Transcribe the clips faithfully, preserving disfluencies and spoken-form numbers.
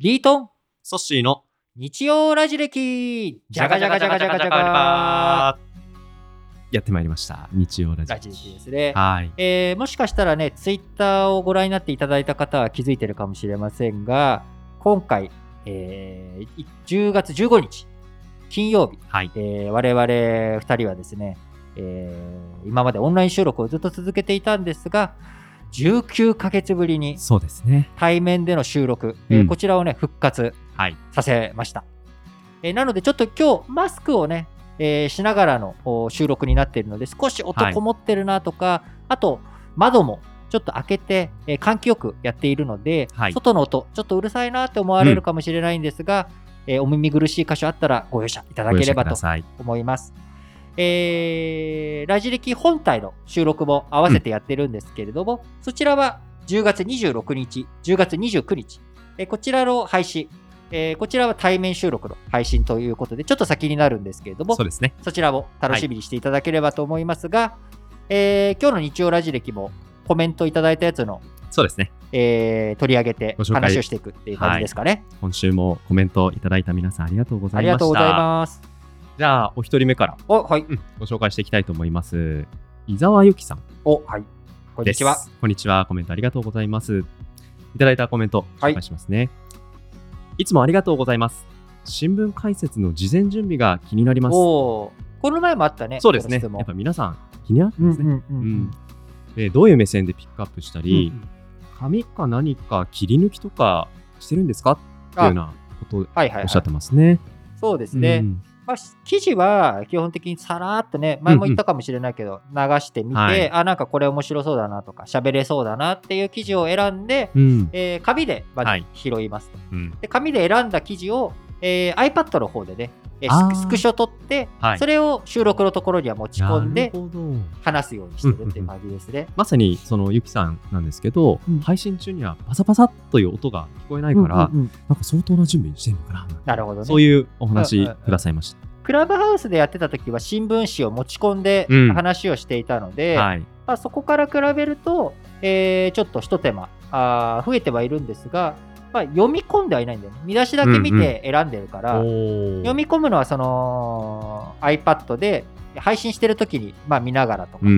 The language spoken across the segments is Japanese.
リートンソッシーの日曜ラジ歴じゃがじゃがじゃがじゃがじゃがやってまいりました日曜ラジラジ歴ですね。 はい、 えー、もしかしたらねツイッターをご覧になっていただいた方は気づいてるかもしれませんが、今回、えー、じゅうがつじゅうごにち金曜日、 はい、 えー、我々ふたりはですね、えー、今までオンライン収録をずっと続けていたんですが、じゅうきゅうかげつぶりにそうですね、 対面での収録、 うんえー、こちらをね復活はいさせました。えー、なのでちょっと今日マスクをね、えー、しながらの収録になっているので、少し音こもってるなとか、はい、あと窓もちょっと開けて、えー、換気よくやっているので、はい、外の音ちょっとうるさいなって思われるかもしれないんですが、うん、えー、お耳苦しい箇所あったらご容赦いただければと思います。えー、ラジ歴本体の収録も合わせてやってるんですけれども、うん、そちらはじゅうがつにじゅうろくにち、じゅうがつにじゅうくにち、えー、こちらの配信、えー、こちらは対面収録の配信ということでちょっと先になるんですけれども、 そうですね、 そちらも楽しみにしていただければと思いますが、はい、えー、今日の日曜ラジ歴もコメントいただいたやつのそうですね、 えー、取り上げて話をしていくっていう感じですかね、はい、 今週もコメントいただいた皆さんありがとうございました。 ありがとうございます。 じゃあお一人目からお、はい、 うん、ご紹介していきたいと思います。伊沢由紀さん。 お、はい、こんにちは。 こんにちは。コメントありがとうございます。いただいたコメント紹介しますね、はい、いつもありがとうございます。新聞解説の事前準備が気になります。 お、この前もあったね。 そうですね、やっぱ皆さん気になってますね、うんうんうんうんでどういう目線でピックアップしたり、うんうん、紙か何か切り抜きとかしてるんですかっていうようなことをおっしゃってますね、はいはいはい、 そうですね、うんまあ、記事は基本的にさらっとね、前も言ったかもしれないけど、うんうん、流してみて、はい、あ、なんかこれ面白そうだなとか喋れそうだなっていう記事を選んで、うんえー、紙でまず拾いますと、はいうん、で紙で選んだ記事を、えー、iPad の方でねスクショ取って、はい、それを収録のところには持ち込んで話すようにしてるっていう感じですね、うんうんうん、 まさにそのゆきさんなんですけど、うん、配信中にはパサパサという音が聞こえないから、うんうんうん、なんか相当な準備してるのかな、 なるほどね、 そういうお話くださいました、 うんうんうん、クラブハウスでやってた時は新聞紙を持ち込んで話をしていたので、うんはいまあ、そこから比べると、えー、ちょっと一手間あ増えてはいるんですが、まあ、読み込んではいないんだよね。見出しだけ見て選んでるから、うんうん、読み込むのはその iPad で配信してる時にまあ見ながらとか、うんうんうん、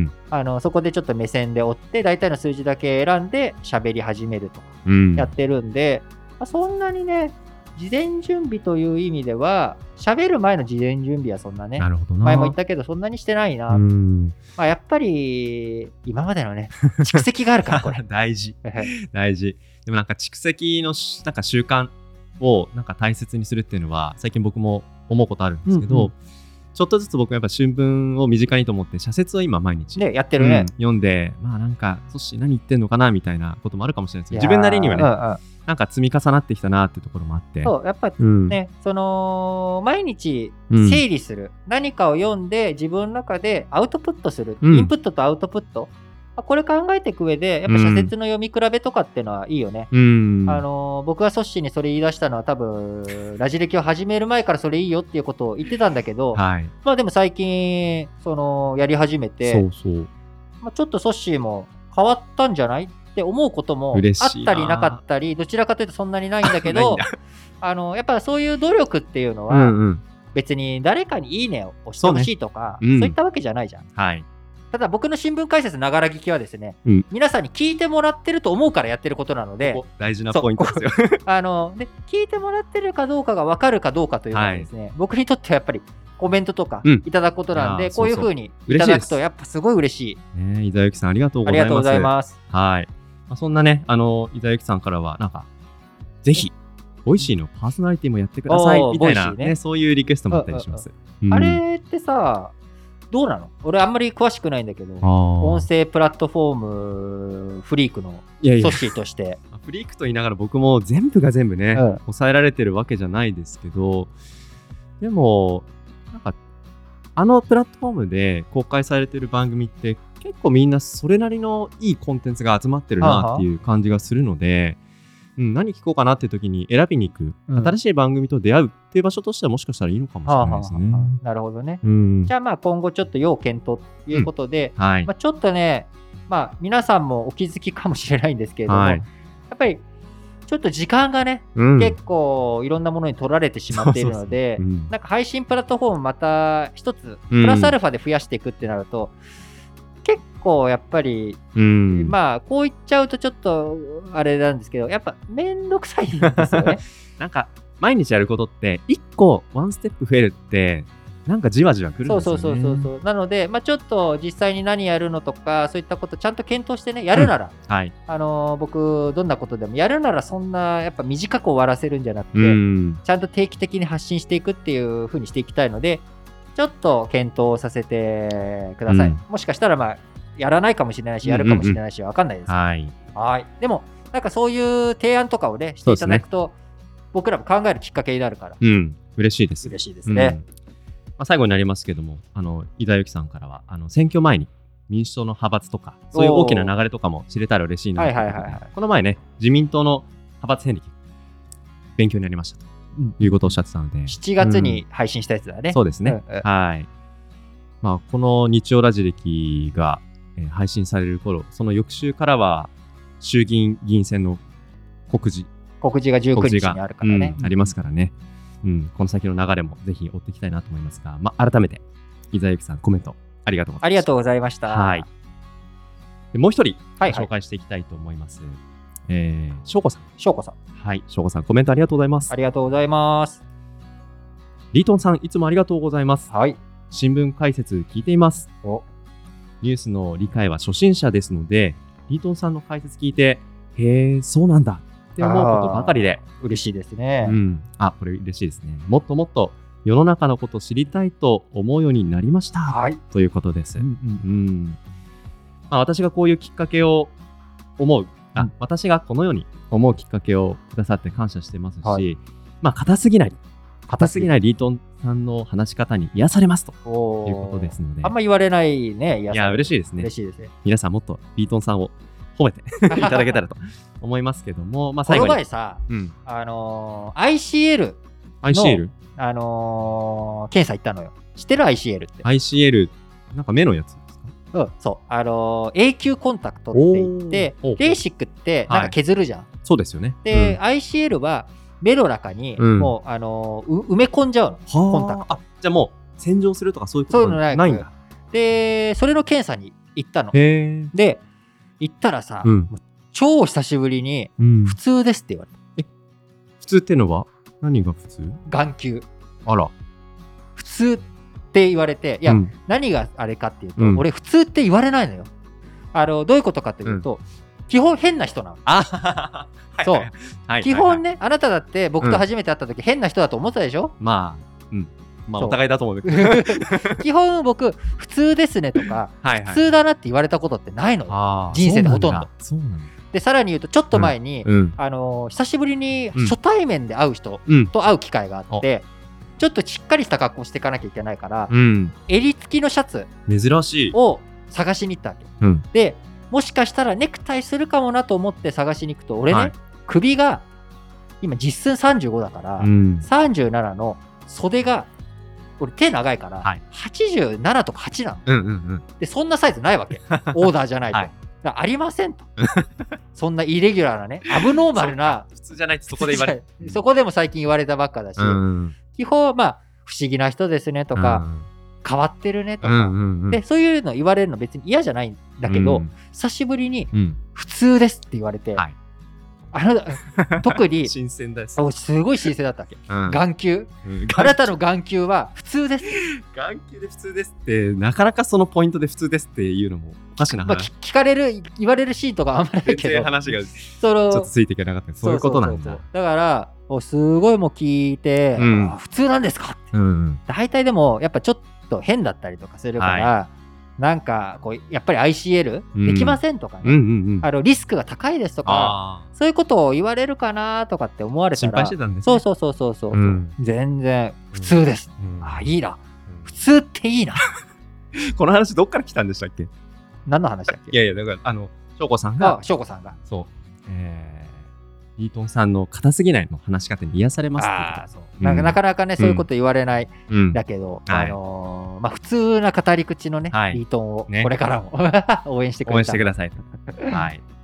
あのそこでちょっと目線で追って大体の数字だけ選んで喋り始めるとかやってるんで、うんまあ、そんなにね事前準備という意味では喋る前の事前準備はそんなね、なるほどな、前も言ったけどそんなにしてないな、うんまあ、やっぱり今までのね蓄積があるからこれ大事大事。でもなんか蓄積のなんか習慣をなんか大切にするっていうのは最近僕も思うことあるんですけど、うんうん、ちょっとずつ僕もやっぱ新聞を身近にと思って社説を今毎日、 ね、やってるね、うん、 読んでまあなんかそし何言ってんのかなみたいなこともあるかもしれないですけど、自分なりにはね、うんうん、なんか積み重なってきたなっていうところもあって、 そうやっぱね、うん、その毎日整理する、うん、何かを読んで自分の中でアウトプットする、うん、インプットとアウトプット、これ考えていく上でやっぱ社説の読み比べとかっていうのはいいよね、うん、あの僕がソッシーにそれ言い出したのは多分ラジ歴を始める前からそれいいよっていうことを言ってたんだけど、はい、まあでも最近そのやり始めて、そうそう、まあ、ちょっとソッシーも変わったんじゃないって思うこともあったりなかったり、どちらかというとそんなにないんだけどあのやっぱそういう努力っていうのは、うんうん、別に誰かにいいねを押してほしいとか そう、ねうん、そういったわけじゃないじゃん、はい、ただ僕の新聞解説ながら聞きはですね、うん、皆さんに聞いてもらってると思うからやってることなので、ここ大事なポイントですよあので聞いてもらってるかどうかが分かるかどうかというのはですね、はい、僕にとってはやっぱりコメントとかいただくことなんで、うん、こういう風にいただくとやっぱすごい嬉しい。 ね、伊沢由紀さんありがとうございます。ありがとうございます。はい、まあ、そんなね、あの伊沢由紀さんからはなんかぜひボイシーのパーソナリティもやってくださいみたいな、ねね、そういうリクエストもあったりします。 うん、あれってさどうなの？俺あんまり詳しくないんだけど、音声プラットフォームフリークのソッシーとしていやいやフリークと言いながら僕も全部が全部ね、うん、抑えられてるわけじゃないですけど、でもなんかあのプラットフォームで公開されてる番組って結構みんなそれなりのいいコンテンツが集まってるなっていう感じがするので、うん、何聞こうかなっていう時に選びに行く、うん、新しい番組と出会うっていう場所としてはもしかしたらいいのかもしれないですね。はあはあはあ、 なるほどね、うん、じゃあまあ今後ちょっと要検討ということで、うんはいまあ、ちょっとね、まあ、皆さんもお気づきかもしれないんですけれども、はい、やっぱりちょっと時間がね、うん、結構いろんなものに取られてしまっているので、そうそうそう、うん、なんか配信プラットフォームまた一つプラスアルファで増やしていくってなると、うん、結構やっぱり、うん、まあこう言っちゃうとちょっとあれなんですけど、やっぱめんどくさいんですよね。 なんか毎日やることっていっこワンステップ増えるってなんかじわじわくるんですよね。 そうそうそうそう。なので、まあ、ちょっと実際に何やるのとかそういったことちゃんと検討してね、やるなら、うん、はい、あのー、僕どんなことでもやるならそんなやっぱ短く終わらせるんじゃなくて、うん、ちゃんと定期的に発信していくっていう風にしていきたいので、ちょっと検討させてください。うん、もしかしたらまあやらないかもしれないし、やるかもしれないし、わかんないです。はい。はい。でもなんかそういう提案とかをねしていただくと、ね、僕らも考えるきっかけになるから。 うん。嬉しいです。 嬉しいですね。うん、 まあ、最後になりますけども、あの井田由紀さんからはあの選挙前に民主党の派閥とかそういう大きな流れとかも知れたら嬉しいなということで、この前ね自民党の派閥遍歴勉強になりましたということをおっしゃってたので、 しちがつに配信したやつだね。 うん、そうですね、うんうん、はい。まあ、この日曜ラジ歴が、えー、配信される頃、その翌週からは衆議院議員選の告示告示がじゅうくにちにあるからね、 うん、ありますからね。うん、この先の流れもぜひ追っていきたいなと思いますが、まあ、改めて井田由紀さんコメントありがとうございました。 ありがとうございました。 はい。でもう一人ご紹介していきたいと思います。はいはい、えー、翔子さん。 翔子さん。 はい、翔子さんコメントありがとうございます。 ありがとうございます。 リートンさんいつもありがとうございます。 はい。 新聞解説聞いています。おニュースの理解は初心者ですので、リートンさんの解説聞いて、へえ、そうなんだって思うことばかりで嬉しいですね。 うん、あ、これ嬉しいですね。もっともっと世の中のことを知りたいと思うようになりました、はい、ということです。うんうんうんまあ、私がこういうきっかけを思う、あ、うん、私がこのように思うきっかけをくださって感謝してますし、はい、まあ硬すぎない硬すぎないリートンさんの話し方に癒されますということですので、 あんま言われないね。 癒されいや嬉しいですね。 嬉しいですね。 皆さんもっとリートンさんを褒めていただけたらと思いますけども、まあ最後にこの前さ、うん、あのー、アイシーエル のアイシーエルあのー、検査行ったのよ。知ってる アイシーエル って。 アイシーエル なんか目のやつですか？ うん、そう。あのー、永久コンタクトって言って、レーシックってなんか削るじゃん。はい、 そうですよね。 で、うん、アイシーエル は目の中にもう、うん、あのー、埋め込んじゃうの。コンタクト。 あ、じゃあもう洗浄するとかそういうことないんだ。 で、それの検査に行ったの。で、行ったらさ、うん、超久しぶりに普通ですって言われた。 うん、え、普通ってのは何が普通？ 眼球。 あら。 普通って言われて、いや、うん、何があれかっていうと、うん、俺普通って言われないのよ。あのどういうことかっていうと、うん、基本変な人なの。 あそう。はいはい、基本ね、あなただって僕と初めて会った時、変な人だと思ってたでしょ？ まあ、うん。まあお互いだと思う基本僕普通ですねとかはい、はい、普通だなって言われたことってないのよ、人生でほとんど。 そうなんだ。 でさらに言うとちょっと前に、うん、あのー、久しぶりに初対面で会う人と会う機会があって、うん、ちょっとしっかりした格好していかなきゃいけないから、うん、襟付きのシャツ珍しいを探しに行ったわけ、うん、でもしかしたらネクタイするかもなと思って探しに行くと俺ね、はい、首が今実寸さんじゅうごだから、うん、さんじゅうななの袖が俺手長いから、はい、はちじゅうななとかはちなの、うんうんうん、でそんなサイズないわけオーダーじゃないと、はい、だからありませんとそんなイレギュラーなねアブノーマルな普通じゃないってそこで言われそこでも最近言われたばっかだし、うんうん、基本まあ不思議な人ですねとか、うん、変わってるねとか、うんうんうん、でそういうの言われるの別に嫌じゃないんだけど、うん、久しぶりに普通ですって言われて、うんはいあな特に新鮮です。 すごい新鮮だったわけ、うん、眼球、うん、あなたの眼球は普通です眼球で普通ですってなかなかそのポイントで普通ですっていうのもおかしな話、まあ、 聞かれる言われるシーンとかあんまりないけど話がちょっとついていけなかったそういうことなんだ。そうそうそうだからすごいもう聞いて、うん、普通なんですかって、うんうん、大体でもやっぱちょっと変だったりとかするから、はいなんかこうやっぱり アイシーエル できませんとかね、うんうんうんうん、あのリスクが高いですとかそういうことを言われるかなとかって思われたら心配してたんですね。 そうそうそうそうそう、うん、全然普通です、うん、あいいな、うん、普通っていいなこの話どっから来たんでしたっけ？ 何の話だっけ？ いやいやだからあの翔子さんが翔子さんがそう、えー、リートンさんの硬すぎないの話し方に癒されますってあそう、うん、なんかなかなかねそういうこと言われない、うん、だけど、うん、あのーはいまあ、普通な語り口のね、はい、リートンをこれからも、ね、応援してください。 応援してください。はい。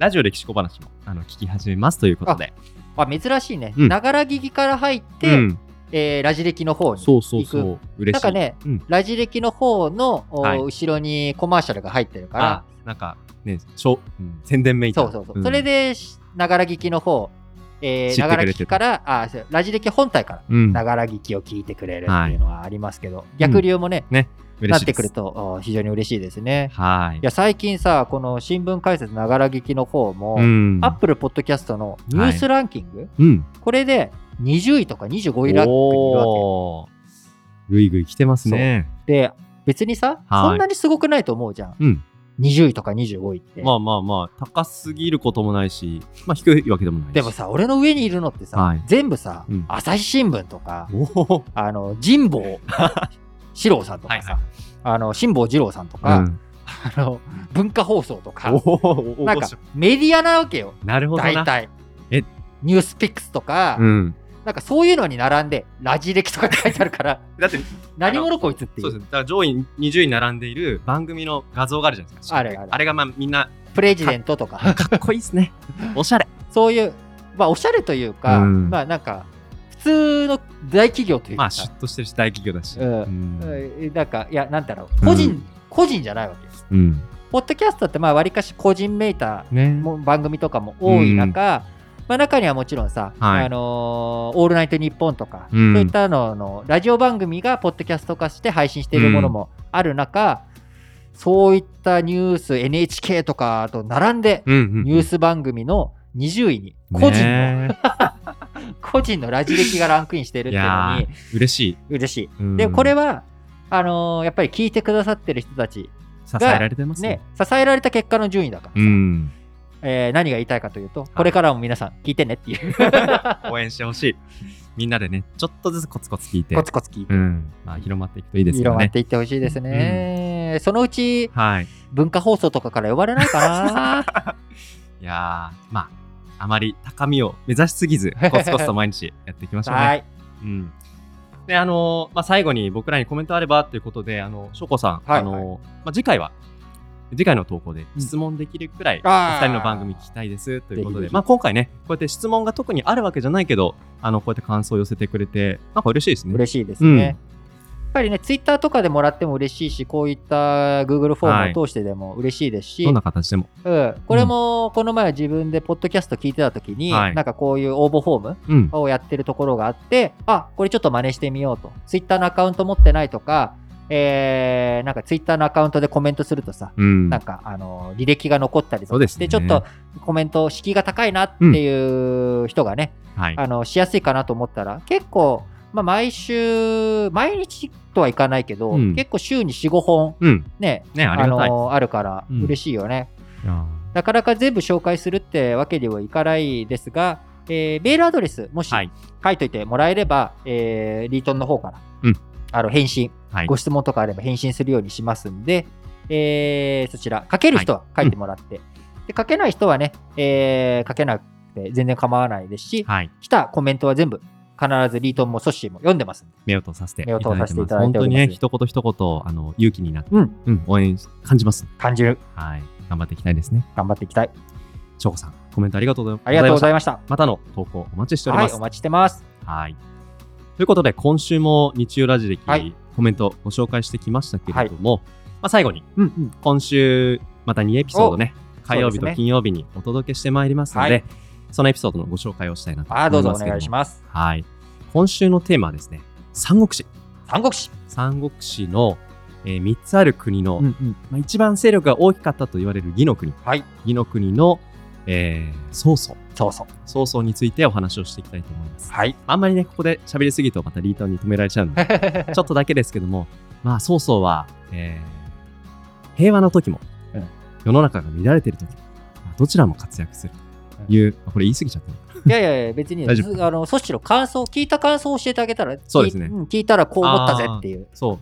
ラジオ歴史小話もあの聞き始めますということで。 あ、珍しいね。ながら聞きから入って、うん、えー、ラジ歴の方に行く。 そうそうそう。嬉しい。 なんかね、うん、ラジ歴の方の、はい、後ろにコマーシャルが入ってるから。あ、 なんかね、しょ、うん、宣伝めいた。 そうそうそう。うん、それで、ながら聞きの方、えー、ながら聞きから、あ、ラジ歴本体からながら聞きを聞いてくれるっていうのはありますけど、はい、逆流もね、 うん、ね、 なってくると非常に嬉しいですね。 はい。いや、最近さ、この新聞解説ながら聞きの方も、うん、アップルポッドキャストのニュースランキング、はい、うん、これでにじゅういとかにじゅうごいランクにいるわけ。 ぐいぐい来てますね。 で、別にさ、はい、そんなにすごくないと思うじゃん。うん、にじゅういとかにじゅうごいって。 まあまあまあ、高すぎることもないし、まあ低いわけでもないし。 でもさ、俺の上にいるのってさ、はい、全部さ、うん、朝日新聞とか、あの、神保四郎さんとかさ、はいはい、あの、辛坊治郎さんとか、うん、あの、文化放送とか、なんかメディアなわけよ。 なるほどな。 大体。え、ニュースピックスとか、うん、なんかそういうのに並んで、ラジ歴とかって書いてあるから、だって何者こいつっていう。 そうですね。だから上位にじゅういに並んでいる番組の画像があるじゃないですか。あれあれ。あれがまあみんな。 プレジデントとか。 かっこいいですね。おしゃれ。 そういう、まあおしゃれというか、うん、まあなんか、普通の大企業というか。 まあシュッとしてるし大企業だし。 うんうん、なんか、いや、なんだろう、個人、うん、個人じゃないわけです。うん、ポッドキャストってまあわりかし個人メーター、ね、番組とかも多い中、うんまあ、中にはもちろんさ、はい、あのー、オールナイトニッポンとか、うん、そういったののラジオ番組がポッドキャスト化して配信しているものもある中、うん、そういったニュース エヌエイチケー とかと並んで、うんうん、ニュース番組のにじゅういに個人の、ね、個人のラジ歴がランクインしているっていうのに嬉しい嬉しい、うん、でこれはあのー、やっぱり聞いてくださってる人たちが支えられてますね、 ね支えられた結果の順位だからさ、うんえー、何が言いたいかというと、これからも皆さん聞いてねっていう応援してほしい。みんなでね、ちょっとずつコツコツ聞いて、 コツコツ聞いて、 うんまあ、広まっていくといいですよね。 広まっていってほしいですね。うん、そのうち、はい、文化放送とかから呼ばれないかな。 いやー、まあ、あまり高みを目指しすぎず、コツコツと毎日やっていきましょうね。はい。うん。で、あのー、まあ、最後に僕らにコメントあればということで、あの、しょこさん、はい、あのー、まあ、次回は、次回の投稿で質問できるくらい、うん、お二人の番組聞きたいですということで、まあ、今回ね、こうやって質問が特にあるわけじゃないけど、あのこうやって感想を寄せてくれて、なんか嬉しいですね。 嬉しいですね。うん、やっぱりね、ツイッターとかでもらっても嬉しいし、こういった Google フォームを通してでも嬉しいですし、はい、 どんな形でも。 うん、これも、この前自分でポッドキャスト聞いてた時に、はい、なんかこういう応募フォームをやってるところがあって、うん、あ、これちょっと真似してみようと。ツイッターのアカウント持ってないとか、えー、なんかツイッターのアカウントでコメントするとさ、うん、なんかあの履歴が残ったりとかして、ね、ちょっとコメント敷居が高いなっていう人がね、うんはい、あのしやすいかなと思ったら結構、まあ、毎週毎日とはいかないけど、うん、結構週に よん,ご 本、うん、ね、ね あ, あ, のあるから嬉しいよね、うん、なかなか全部紹介するってわけにはいかないですが、えー、メールアドレスもし書いといてもらえれば、はい、えー、リートンの方から、うんあの返信、はい、ご質問とかあれば返信するようにしますんで、えー、そちら書ける人は書いてもらって、はいうん、で書けない人はね、えー、書けなくて全然構わないですし、はい、来たコメントは全部必ずリートンもソッシーも読んでますんで、 目を通させていただいてます。 本当にね、一言一言あの勇気になって、うんうん、応援感じます。 感じる。 はい、頑張っていきたいですね。 頑張っていきたい。 しょうこさん、コメントありがとうございました。 ありがとうございました。 またの投稿お待ちしております。 はい、お待ちしてます。 はい。ということで、今週も日曜ラジ歴、はい、コメントご紹介してきましたけれども、はいまあ、最後に、うんうん、今週またにエピソードね、火曜日と金曜日にお届けしてまいりますので、はい、そのエピソードのご紹介をしたいなと思いますけども。 あ、どうぞお願いします。 はい。今週のテーマはですね、三国志。 三国志。 三国志の、えー、みっつある国の、うんうんまあ、一番勢力が大きかったと言われる魏の国。はい、魏の国の、えー、曹操。 曹操。 曹操についてお話をしていきたいと思います。はい。あんまりね、ここで喋りすぎるとまたリートンに止められちゃうので、ちょっとだけですけども、まあ、曹操は、えー、平和の時も、うん、世の中が乱れている時も、どちらも活躍するという、うん、これ言い過ぎちゃったのいやいやいや、別に、あの、そっちの感想、聞いた感想を教えてあげたら、 そうですね。 聞, 聞いたらこう思ったぜっていう。 そう。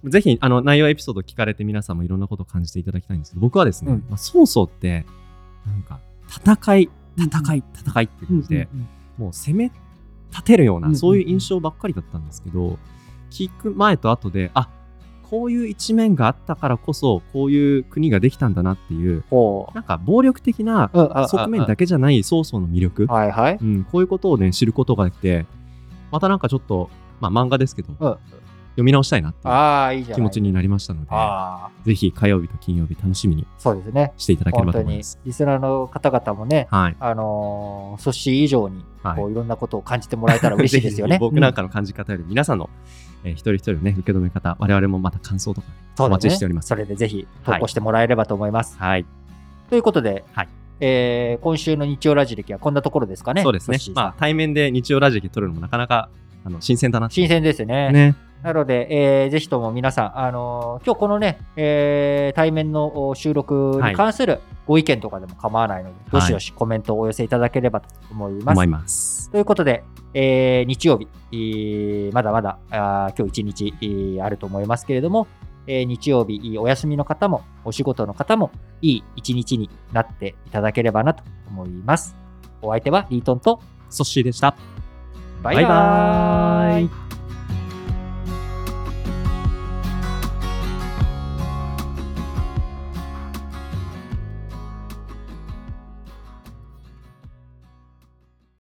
ぜひ、あの、内容エピソード聞かれて皆さんもいろんなことを感じていただきたいんですけど、僕はですね、うんまあ、曹操って、なんか、戦い、戦い、戦いって感じで、うんうんうん、もう攻め立てるような、うんうん、そういう印象ばっかりだったんですけど、聞く前と後で、あ、 こういう一面があったからこそこういう国ができたんだなっていうなんか暴力的な側面だけじゃない曹操の魅力、 はいはい、 うん、こういうことをね知ることができてまたなんかちょっとまあ漫画ですけど、うん、読み直したいなっていう気持ちになりましたので、ぜひ火曜日と金曜日楽しみにしていただければと思います。 リスナーの方々もね、はい、あのー、ソッシー以上にこう、はい、いろんなことを感じてもらえたら嬉しいですよね。 僕なんかの感じ方より皆さんの、えー、一人一人のね受け止め方、我々もまた感想とかお待ちしております。 それでぜひ投稿してもらえればと思います。はい、ということで、はい、えー、今週の日曜ラジ歴はこんなところですかね。 そうですね。まあ対面で日曜ラジ歴撮るのもなかなかあの新鮮だな。 新鮮ですね。ね。なので、えー、ぜひとも皆さん、あのー、今日このね、えー、対面の収録に関するご意見とかでも構わないので、はい、どしどしコメントをお寄せいただければと思います。 思います。 ということで、えー、日曜日、えー、まだまだあ今日一日、えー、あると思いますけれども、えー、日曜日お休みの方もお仕事の方もいい一日になっていただければなと思います。お相手はリートンとソッシーでした。 バイバーイ。